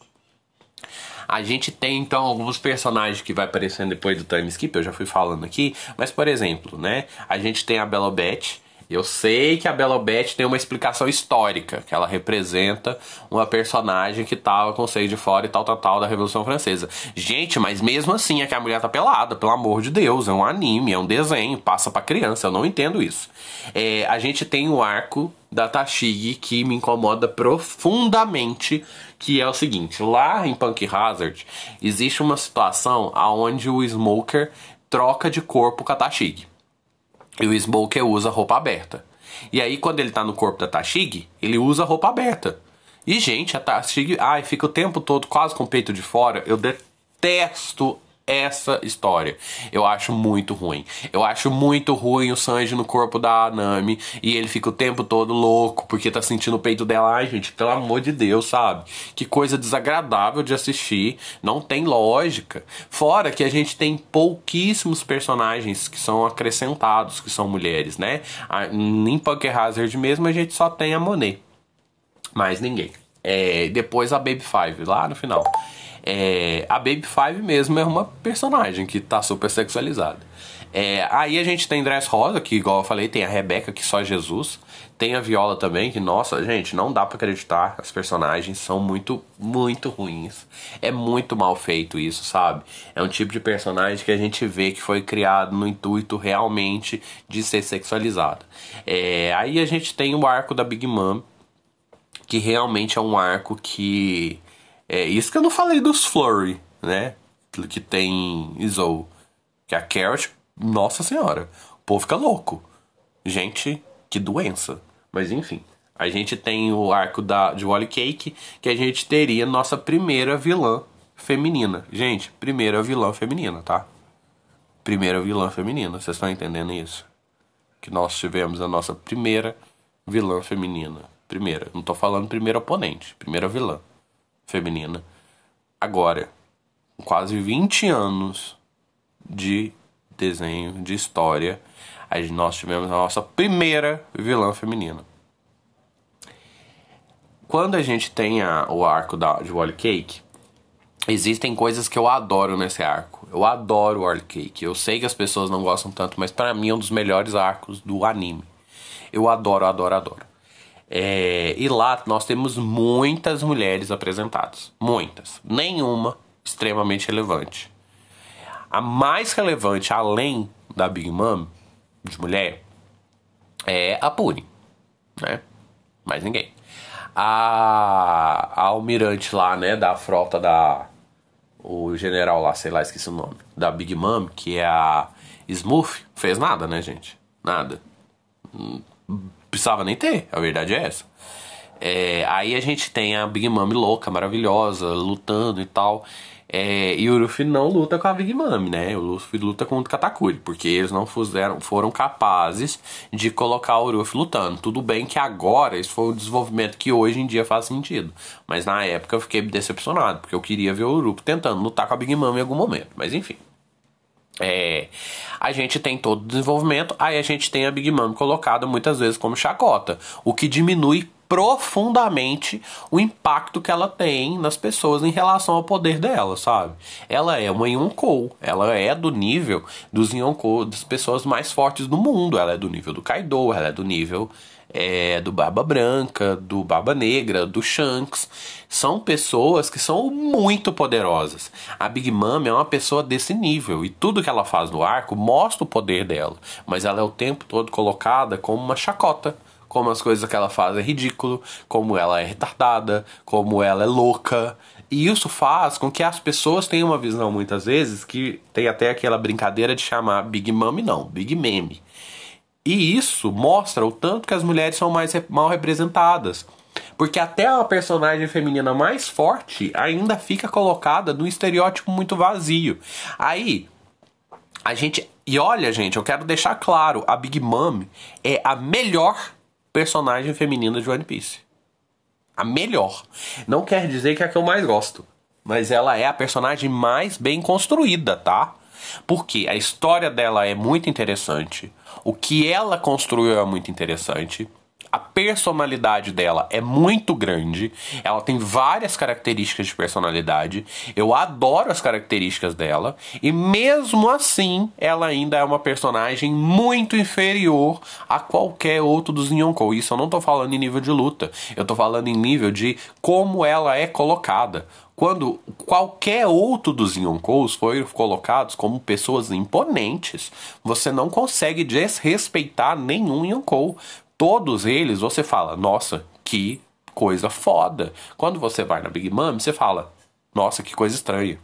A gente tem, então, alguns personagens que vai aparecendo depois do time skip, eu já fui falando aqui, mas, por exemplo, né, a gente tem a Belobete. Eu sei que a Belobete tem uma explicação histórica, que ela representa uma personagem que tava com o seio de fora e tal, tal, tal, da Revolução Francesa. Gente, mas mesmo assim é que a mulher tá pelada, pelo amor de Deus, é um anime, é um desenho, passa pra criança, eu não entendo isso. É, a gente tem o arco da Tashigi que me incomoda profundamente, que é o seguinte, lá em Punk Hazard existe uma situação onde o Smoker troca de corpo com a Tashigi. E o Smoker usa roupa aberta. E aí, quando ele tá no corpo da Tashigi, ele usa roupa aberta. E, gente, a Tashigi... Ai, fica o tempo todo quase com o peito de fora. Eu detesto essa história. Eu acho muito ruim. Eu acho muito ruim o Sanji no corpo da Nami e ele fica o tempo todo louco porque tá sentindo o peito dela. Ai, gente, pelo amor de Deus, sabe? Que coisa desagradável de assistir. Não tem lógica. Fora que a gente tem pouquíssimos personagens que são acrescentados, que são mulheres, né? Em Punker Hazard mesmo a gente só tem a Monet. Mais ninguém. É, depois a Baby Five, lá no final. É, a Baby Five mesmo é uma personagem que tá super sexualizada. É, aí a gente tem Dress Rosa, que igual eu falei, tem a Rebeca, que só Jesus. Tem a Viola também, que, nossa, gente, não dá pra acreditar. As personagens são muito, muito ruins. É muito mal feito isso, sabe? É um tipo de personagem que a gente vê que foi criado no intuito realmente de ser sexualizado. É, aí a gente tem o arco da Big Mom, que realmente é um arco que... É isso que eu não falei dos Flurry, né? Que tem Izou. Que a Carrot, nossa senhora, o povo fica louco. Gente, que doença. Mas enfim, a gente tem o arco da, de Wally Cake, que a gente teria nossa primeira vilã feminina. Gente, primeira vilã feminina, tá? Primeira vilã feminina, vocês estão entendendo isso? Que nós tivemos a nossa primeira vilã feminina. Primeira, não tô falando primeiro oponente, primeira vilã feminina. Agora, com quase vinte anos de desenho, de história, aí nós tivemos a nossa primeira vilã feminina. Quando a gente tem a, o arco da, de Wally Cake, existem coisas que eu adoro nesse arco. Eu adoro Wally Cake. Eu sei que as pessoas não gostam tanto, mas pra mim é um dos melhores arcos do anime. Eu adoro, adoro, adoro. É, e lá nós temos muitas mulheres apresentadas. Muitas. Nenhuma extremamente relevante. A mais relevante, além da Big Mom, de mulher, é a Purim, né? Mais ninguém. A, a almirante lá, né, da frota da... O general lá, sei lá, esqueci o nome. Da Big Mom, que é a Smooth, fez nada, né, gente? Nada. Não precisava nem ter, a verdade é essa. É, aí a gente tem a Big Mom louca, maravilhosa, lutando e tal. É, e o Luffy não luta com a Big Mom, né? O Luffy luta com o Katakuri, porque eles não fizeram, foram capazes de colocar o Luffy lutando. Tudo bem que agora isso foi um desenvolvimento que hoje em dia faz sentido. Mas na época eu fiquei decepcionado, porque eu queria ver o Luffy tentando lutar com a Big Mom em algum momento. Mas enfim. É, a gente tem todo o desenvolvimento, aí a gente tem a Big Mom colocada muitas vezes como chacota, o que diminui profundamente o impacto que ela tem nas pessoas em relação ao poder dela, sabe? Ela é uma Yonkou, ela é do nível dos Yonkou, das pessoas mais fortes do mundo, ela é do nível do Kaido, ela é do nível é, do Barba Branca, do Barba Negra, do Shanks. São pessoas que são muito poderosas. A Big Mom é uma pessoa desse nível e tudo que ela faz no arco mostra o poder dela, mas ela é o tempo todo colocada como uma chacota. Como as coisas que ela faz é ridículo, como ela é retardada, como ela é louca. E isso faz com que as pessoas tenham uma visão, muitas vezes, que tem até aquela brincadeira de chamar Big Mom, não, Big Meme. E isso mostra o tanto que as mulheres são mais mal representadas. Porque até uma personagem feminina mais forte ainda fica colocada num estereótipo muito vazio. Aí, a gente... E olha, gente, eu quero deixar claro, a Big Mom é a melhor personagem feminina de One Piece. A melhor. Não quer dizer que é a que eu mais gosto, mas ela é a personagem mais bem construída, tá? Porque a história dela é muito interessante, o que ela construiu é muito interessante, a personalidade dela é muito grande, ela tem várias características de personalidade, eu adoro as características dela, e mesmo assim ela ainda é uma personagem muito inferior a qualquer outro dos Yonkou. Isso eu não tô falando em nível de luta, eu tô falando em nível de como ela é colocada. Quando qualquer outro dos Yonkous foram colocados como pessoas imponentes, você não consegue desrespeitar nenhum Yonkou. Todos eles, você fala, nossa, que coisa foda. Quando você vai na Big Mom, você fala, nossa, que coisa estranha.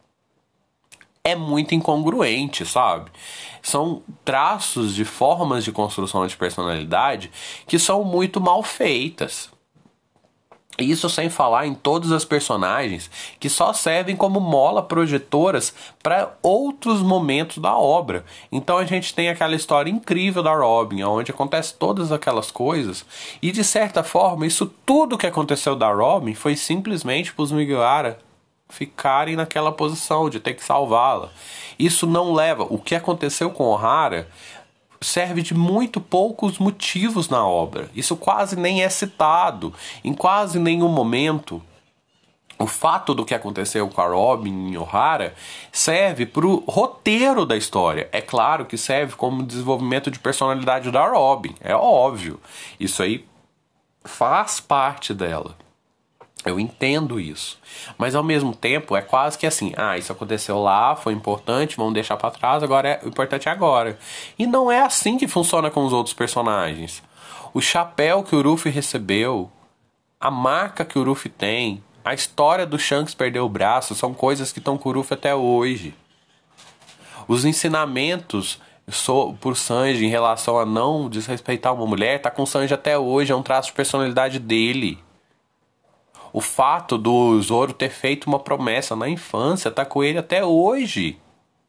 É muito incongruente, sabe? São traços de formas de construção de personalidade que são muito mal feitas. Isso sem falar em todas as personagens que só servem como mola projetoras para outros momentos da obra. Então a gente tem aquela história incrível da Robin, onde acontece todas aquelas coisas, e de certa forma isso tudo que aconteceu da Robin foi simplesmente para os Mugiwara ficarem naquela posição de ter que salvá-la. Isso não leva... O que aconteceu com Ohara serve de muito poucos motivos na obra. Isso quase nem é citado. Em quase nenhum momento, o fato do que aconteceu com a Robin em Ohara serve para o roteiro da história. É claro que serve como desenvolvimento de personalidade da Robin. É óbvio. Isso aí faz parte dela. Eu entendo isso. Mas ao mesmo tempo é quase que assim, ah, isso aconteceu lá, foi importante, vamos deixar pra trás, agora é, o importante é agora. E não é assim que funciona com os outros personagens. O chapéu que o Ruffy recebeu, a marca que o Ruffy tem, a história do Shanks perder o braço, são coisas que estão com o Ruffy até hoje. Os ensinamentos por Sanji em relação a não desrespeitar uma mulher, tá com o Sanji até hoje, é um traço de personalidade dele. O fato do Zoro ter feito uma promessa na infância tá com ele até hoje.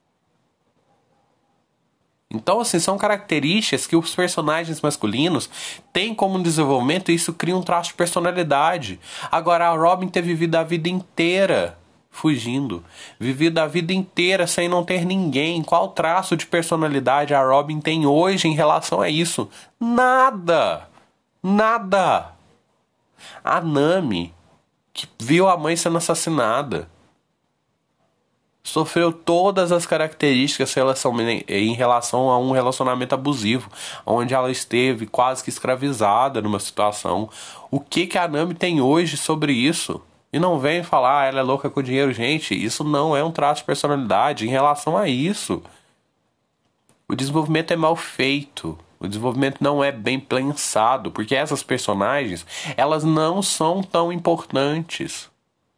Então, assim, são características que os personagens masculinos têm como desenvolvimento e isso cria um traço de personalidade. Agora, a Robin ter vivido a vida inteira fugindo, vivido a vida inteira sem não ter ninguém. Qual traço de personalidade a Robin tem hoje em relação a isso? Nada! Nada! A Nami, que viu a mãe sendo assassinada, sofreu todas as características em relação a um relacionamento abusivo, onde ela esteve quase que escravizada numa situação. O que, que a Nami tem hoje sobre isso? E não vem falar, ah, ela é louca com dinheiro. Gente, isso não é um traço de personalidade em relação a isso. O desenvolvimento é mal feito. O desenvolvimento não é bem pensado, porque essas personagens, elas não são tão importantes.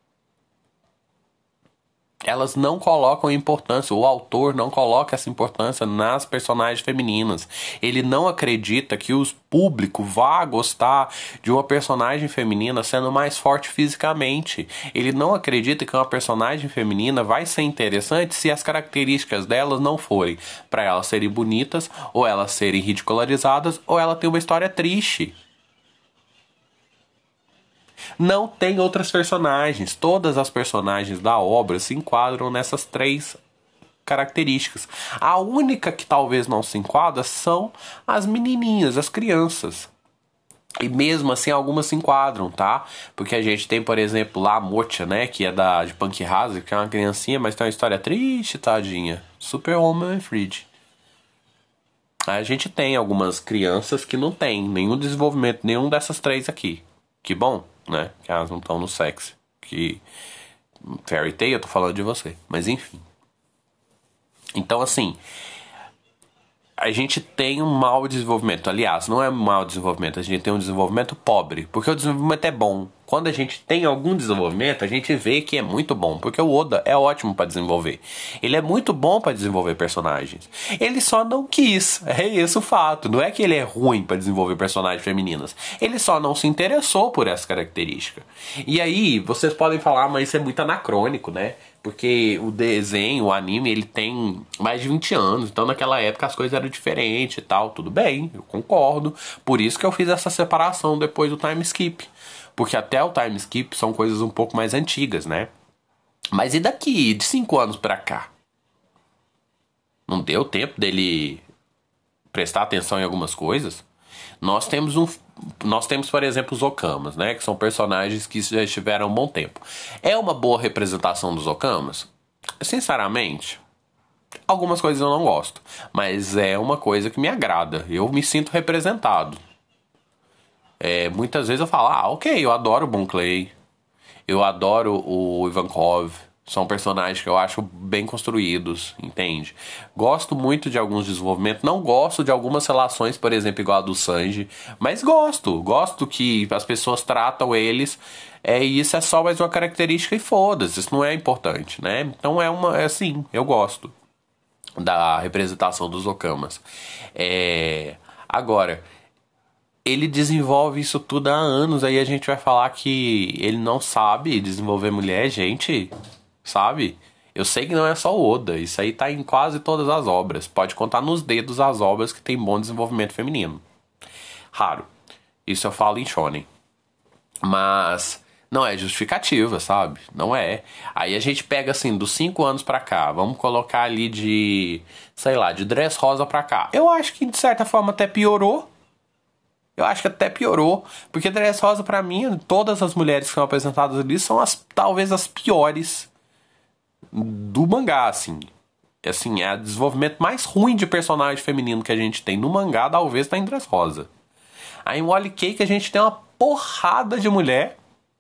Elas não colocam importância, o autor não coloca essa importância nas personagens femininas. Ele não acredita que o público vá gostar de uma personagem feminina sendo mais forte fisicamente. Ele não acredita que uma personagem feminina vai ser interessante se as características delas não forem para elas serem bonitas, ou elas serem ridicularizadas, ou ela ter uma história triste. Não tem outras personagens. Todas as personagens da obra se enquadram nessas três características. A única que talvez não se enquadra são as menininhas, as crianças. E mesmo assim algumas se enquadram, tá? Porque a gente tem, por exemplo, lá a Mocha, né? Que é da, de Punk Hazard, que é uma criancinha, mas tem uma história triste, tadinha. Super Woman e Fridge. A gente tem algumas crianças que não tem nenhum desenvolvimento, nenhum dessas três aqui. Que bom, né? Que elas não estão no sexo. Que Fairy Tail, eu tô falando de você. Mas enfim. Então, assim, a gente tem um mau desenvolvimento. Aliás, não é um mau desenvolvimento, a gente tem um desenvolvimento pobre. Porque o desenvolvimento é bom. Quando a gente tem algum desenvolvimento, a gente vê que é muito bom. Porque o Oda é ótimo para desenvolver. Ele é muito bom para desenvolver personagens. Ele só não quis. É esse o fato. Não é que ele é ruim para desenvolver personagens femininas. Ele só não se interessou por essa característica. E aí, vocês podem falar, mas isso é muito anacrônico, né? Porque o desenho, o anime, ele tem mais de vinte anos. Então naquela época as coisas eram diferentes e tal. Tudo bem, eu concordo. Por isso que eu fiz essa separação depois do time skip. Porque até o time skip são coisas um pouco mais antigas, né? Mas e daqui, de cinco anos pra cá? Não deu tempo dele prestar atenção em algumas coisas? Nós temos, um, nós temos por exemplo, os Okamas, né? Que são personagens que já estiveram um bom tempo. É uma boa representação dos Okamas? Sinceramente, algumas coisas eu não gosto. Mas é uma coisa que me agrada. Eu me sinto representado. É, muitas vezes eu falo, ah, ok, eu adoro o Bon Clay. Eu adoro o Ivankov. São personagens que eu acho bem construídos, entende? Gosto muito de alguns desenvolvimentos. Não gosto de algumas relações, por exemplo, igual a do Sanji. Mas gosto. Gosto que as pessoas tratam eles. É, e isso é só mais uma característica e foda-se. Isso não é importante, né? Então é uma... É assim, eu gosto da representação dos Okamas. É, agora... ele desenvolve isso tudo há anos. Aí a gente vai falar que ele não sabe desenvolver mulher, gente, sabe? Eu sei que não é só o Oda, isso aí tá em quase todas as obras. Pode contar nos dedos as obras que tem bom desenvolvimento feminino. Raro. Isso eu falo em shonen. Mas não é justificativa, sabe? Não é. Aí a gente pega assim, dos cinco anos pra cá, vamos colocar ali de, sei lá, de Dressrosa pra cá. Eu acho que de certa forma até piorou. Eu acho que até piorou, porque Dressrosa pra mim, todas as mulheres que são apresentadas ali são as, talvez as piores do mangá, assim. Assim, é o desenvolvimento mais ruim de personagem feminino que a gente tem no mangá, talvez tá em Dressrosa. Aí em Wally Cake a gente tem uma porrada de mulher,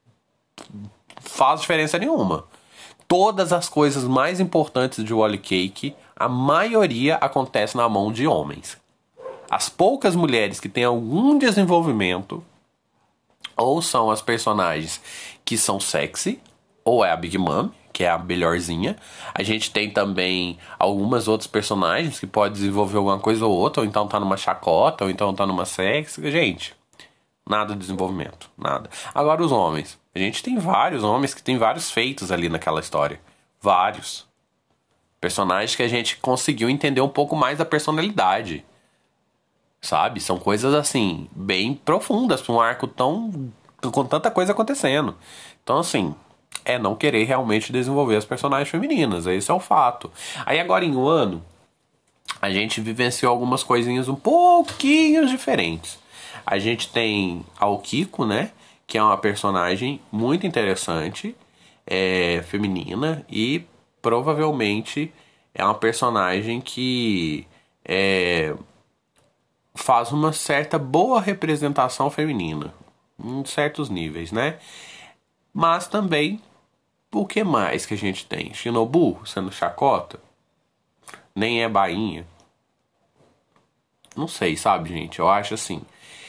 faz diferença nenhuma. Todas as coisas mais importantes de Wally Cake, a maioria acontece na mão de homens. As poucas mulheres que têm algum desenvolvimento, ou são as personagens que são sexy, ou é a Big Mom, que é a melhorzinha. A gente tem também algumas outras personagens que podem desenvolver alguma coisa ou outra, ou então tá numa chacota, ou então tá numa sexy. Gente, nada de desenvolvimento, nada. Agora os homens. A gente tem vários homens que tem vários feitos ali naquela história. Vários. Personagens que a gente conseguiu entender um pouco mais da personalidade. Sabe? São coisas assim, bem profundas para um arco tão... com tanta coisa acontecendo. Então assim, é não querer realmente desenvolver as personagens femininas. Esse é o fato. Aí agora em um ano, a gente vivenciou algumas coisinhas um pouquinho diferentes. A gente tem a Okiko, né? Que é uma personagem muito interessante, é, feminina, e provavelmente é uma personagem que é, faz uma certa boa representação feminina, em certos níveis, né? Mas também, o que mais que a gente tem? Shinobu sendo chacota? Nem é bainha? Não sei, sabe, gente? Eu acho assim...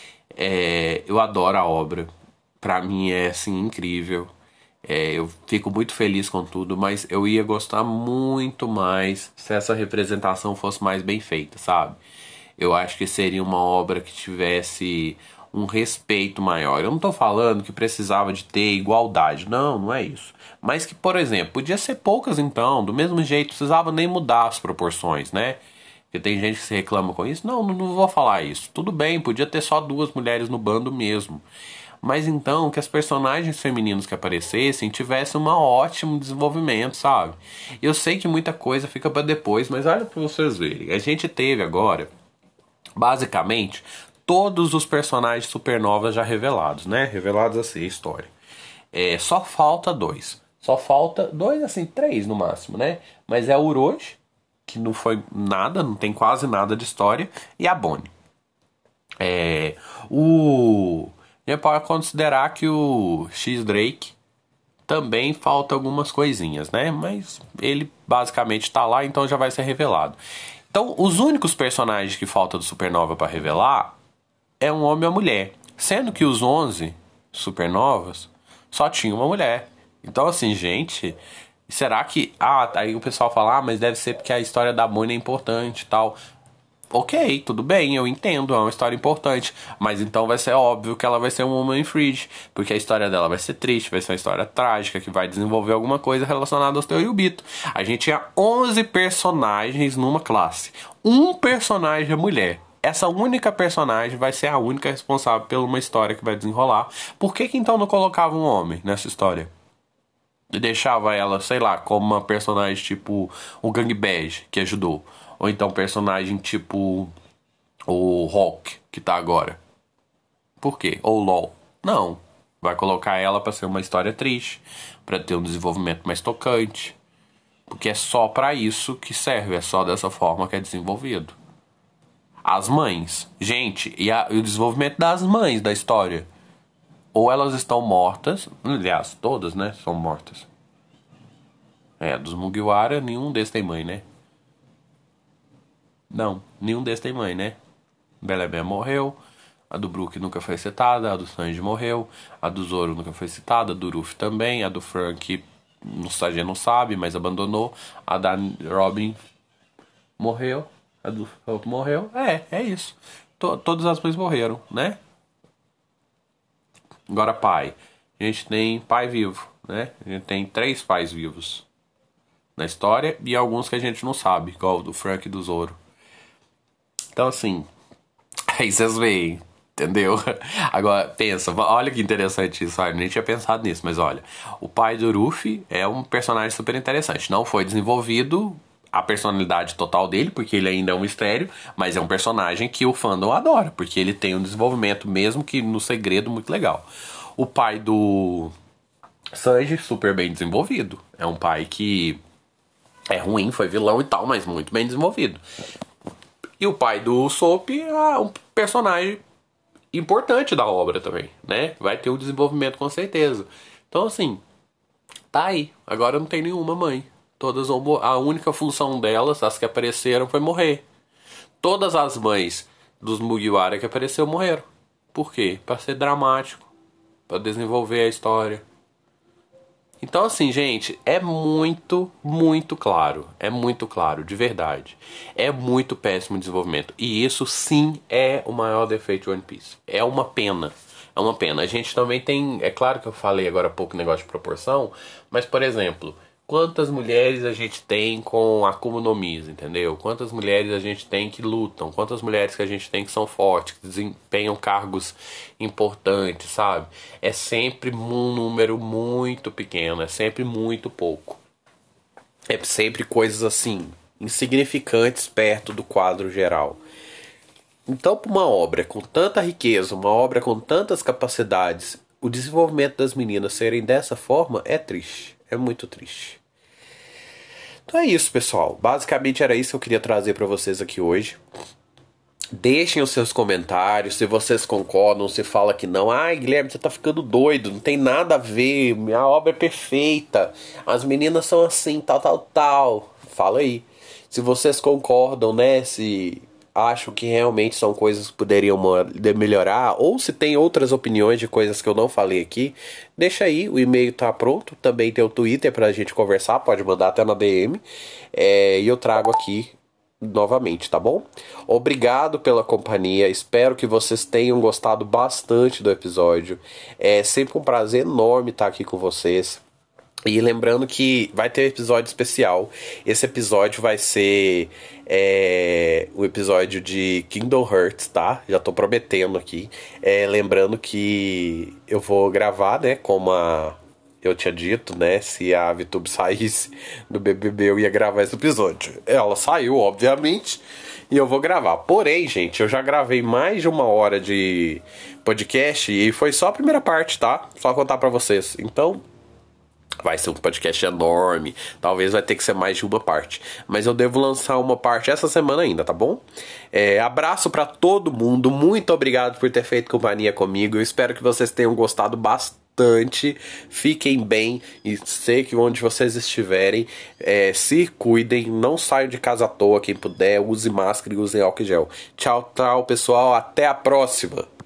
É, eu adoro a obra. Pra mim é assim incrível. É, eu fico muito feliz com tudo, mas eu ia gostar muito mais se essa representação fosse mais bem feita, sabe? Eu acho que seria uma obra que tivesse um respeito maior. Eu não tô falando que precisava de ter igualdade, não, não é isso. Mas que, por exemplo, podia ser poucas então, do mesmo jeito, precisava nem mudar as proporções, né? Porque tem gente que se reclama com isso. Não, não vou falar isso. Tudo bem, podia ter só duas mulheres no bando mesmo. Mas então que as personagens femininos que aparecessem tivessem um ótimo desenvolvimento, sabe? Eu sei que muita coisa fica pra depois, mas olha pra vocês verem. A gente teve agora, basicamente, todos os personagens supernovas já revelados, né? Revelados assim, a história. É, só falta dois. Só falta dois, assim, três no máximo, né? Mas é o Orochi, que não foi nada, não tem quase nada de história, e a Bonnie. É, o... A gente pode considerar que o X-Drake também falta algumas coisinhas, né? Mas ele basicamente tá lá, então já vai ser revelado. Então, os únicos personagens que falta do Supernova para revelar é um homem e uma mulher. Sendo que os onze Supernovas só tinham uma mulher. Então, assim, gente... Será que... Ah, aí o pessoal fala, ah, mas deve ser porque a história da Bonnie é importante e tal. Ok, tudo bem, eu entendo, é uma história importante. Mas então vai ser óbvio que ela vai ser um Woman Freed. Porque a história dela vai ser triste, vai ser uma história trágica, que vai desenvolver alguma coisa relacionada aos Toyubito. A gente tinha onze personagens numa classe. Um personagem é mulher. Essa única personagem vai ser a única responsável por uma história que vai desenrolar. Por que que então não colocava um homem nessa história? E deixava ela, sei lá, como uma personagem tipo o Gang Bege, que ajudou. Ou então personagem tipo o Hulk, que tá agora. Por quê? Ou LOL. Não. Vai colocar ela pra ser uma história triste, pra ter um desenvolvimento mais tocante. Porque é só pra isso que serve, é só dessa forma que é desenvolvido. As mães. Gente, e, a, e o desenvolvimento das mães da história. Ou elas estão mortas, aliás, todas, né, são mortas. É, dos Mugiwara, nenhum desses tem mãe, né? Não, nenhum desses tem mãe, né? Belebé morreu, a do Brook nunca foi citada, a do Sanji morreu, a do Zoro nunca foi citada, a do Ruffy também, a do Frank, no Sage não sabe, mas abandonou, a da Robin morreu, a do Hope morreu, é, é isso. T- todas as mães morreram, né? Agora pai. A gente tem pai vivo, né? A gente tem três pais vivos na história e alguns que a gente não sabe, igual o do Frank e do Zoro. Então assim, aí vocês veem, entendeu? Agora pensa, olha que interessante isso, olha, nem tinha pensado nisso, mas olha, o pai do Ruffy é um personagem super interessante. Não foi desenvolvido a personalidade total dele, porque ele ainda é um mistério, mas é um personagem que o fandom adora, porque ele tem um desenvolvimento, mesmo que no segredo, muito legal. O pai do Sanji, super bem desenvolvido. É um pai que é ruim, foi vilão e tal, mas muito bem desenvolvido. E o pai do Usopp é um personagem importante da obra também, né? Vai ter o desenvolvimento com certeza. Então assim, tá aí. Agora não tem nenhuma mãe. Todas vão morrer. A única função delas, as que apareceram, foi morrer. Todas as mães dos Mugiwara que apareceram morreram. Por quê? Pra ser dramático. Pra desenvolver a história. Então assim, gente, é muito, muito claro. É muito claro, de verdade. É muito péssimo desenvolvimento. E isso sim é o maior defeito de One Piece. É uma pena. É uma pena. A gente também tem... É claro que eu falei agora há pouco negócio de proporção. Mas, por exemplo... Quantas mulheres a gente tem com Akuma no Mi, entendeu? Quantas mulheres a gente tem que lutam? Quantas mulheres que a gente tem que são fortes, que desempenham cargos importantes, sabe? É sempre um número muito pequeno, é sempre muito pouco. É sempre coisas assim, insignificantes perto do quadro geral. Então, para uma obra com tanta riqueza, uma obra com tantas capacidades, o desenvolvimento das meninas serem dessa forma é triste. É muito triste. Então é isso, pessoal. Basicamente era isso que eu queria trazer para vocês aqui hoje. Deixem os seus comentários, se vocês concordam, se fala que não. Ai, Guilherme, você tá ficando doido, não tem nada a ver, minha obra é perfeita, as meninas são assim, tal, tal, tal. Fala aí. Se vocês concordam, né, se acham que realmente são coisas que poderiam melhorar, ou se tem outras opiniões de coisas que eu não falei aqui, deixa aí, o e-mail tá pronto, também tem o Twitter pra gente conversar, pode mandar até na D M, é, e eu trago aqui novamente, tá bom? Obrigado pela companhia, espero que vocês tenham gostado bastante do episódio, é sempre um prazer enorme estar aqui com vocês. E lembrando que vai ter um episódio especial. Esse episódio vai ser é, o episódio de Kingdom Hearts, tá? Já tô prometendo aqui. É, lembrando que eu vou gravar, né? Como a, eu tinha dito, né? Se a VTube saísse do B B B, eu ia gravar esse episódio. Ela saiu, obviamente, e eu vou gravar. Porém, gente, eu já gravei mais de uma hora de podcast e foi só a primeira parte, tá? Só contar pra vocês. Então... vai ser um podcast enorme, talvez vai ter que ser mais de uma parte, mas eu devo lançar uma parte essa semana ainda, tá bom? É, abraço pra todo mundo, muito obrigado por ter feito companhia comigo, eu espero que vocês tenham gostado bastante, fiquem bem e sei que onde vocês estiverem, é, se cuidem, não saiam de casa à toa, quem puder, use máscara e use álcool gel. Tchau, tchau pessoal, até a próxima!